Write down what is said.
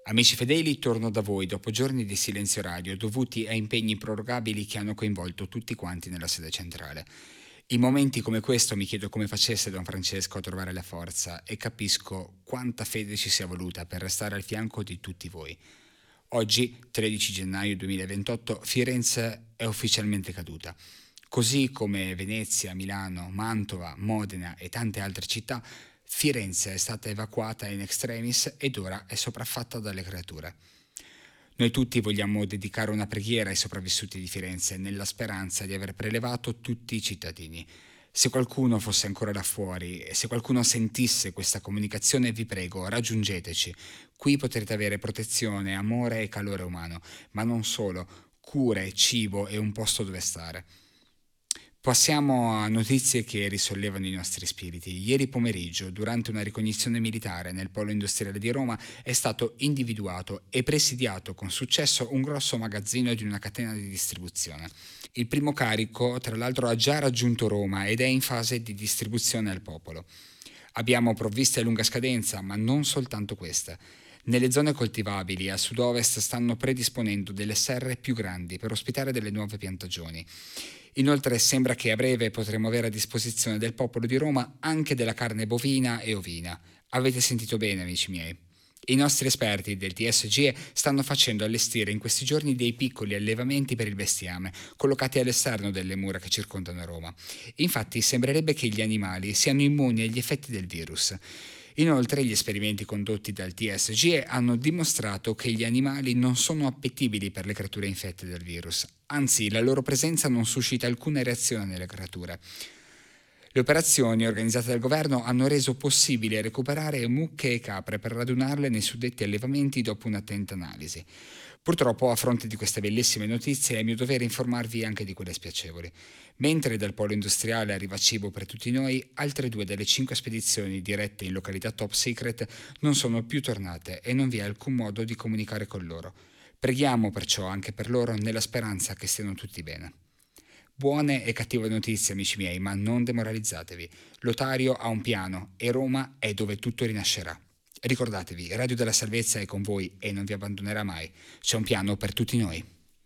Amici fedeli, torno da voi dopo giorni di silenzio radio dovuti a impegni prorogabili che hanno coinvolto tutti quanti nella sede centrale. In momenti come questo mi chiedo come facesse Don Francesco a trovare la forza e capisco quanta fede ci sia voluta per restare al fianco di tutti voi. Oggi, 13 gennaio 2028, Firenze è ufficialmente caduta. Così come Venezia, Milano, Mantova, Modena e tante altre città, Firenze è stata evacuata in extremis ed ora è sopraffatta dalle creature. Noi tutti vogliamo dedicare una preghiera ai sopravvissuti di Firenze nella speranza di aver prelevato tutti i cittadini. Se qualcuno fosse ancora là fuori e se qualcuno sentisse questa comunicazione, vi prego, raggiungeteci. Qui potrete avere protezione, amore e calore umano, ma non solo, cure, cibo e un posto dove stare. Passiamo a notizie che risollevano i nostri spiriti. Ieri pomeriggio, durante una ricognizione militare nel polo industriale di Roma, è stato individuato e presidiato con successo un grosso magazzino di una catena di distribuzione. Il primo carico, tra l'altro, ha già raggiunto Roma ed è in fase di distribuzione al popolo. Abbiamo provviste a lunga scadenza, ma non soltanto queste. Nelle zone coltivabili a sud-ovest stanno predisponendo delle serre più grandi per ospitare delle nuove piantagioni. Inoltre sembra che a breve potremo avere a disposizione del popolo di Roma anche della carne bovina e ovina. Avete sentito bene, amici miei. I nostri esperti del TSGE stanno facendo allestire in questi giorni dei piccoli allevamenti per il bestiame, collocati all'esterno delle mura che circondano Roma. Infatti sembrerebbe che gli animali siano immuni agli effetti del virus. Inoltre gli esperimenti condotti dal TSGE hanno dimostrato che gli animali non sono appetibili per le creature infette dal virus, anzi la loro presenza non suscita alcuna reazione nelle creature. Le operazioni organizzate dal governo hanno reso possibile recuperare mucche e capre per radunarle nei suddetti allevamenti dopo un'attenta analisi. Purtroppo, a fronte di queste bellissime notizie, è mio dovere informarvi anche di quelle spiacevoli. Mentre dal polo industriale arriva cibo per tutti noi, altre 2 delle 5 spedizioni dirette in località top secret non sono più tornate e non vi è alcun modo di comunicare con loro. Preghiamo perciò anche per loro nella speranza che stiano tutti bene. Buone e cattive notizie, amici miei, ma non demoralizzatevi. Lotario ha un piano e Roma è dove tutto rinascerà. Ricordatevi, Radio della Salvezza è con voi e non vi abbandonerà mai. C'è un piano per tutti noi.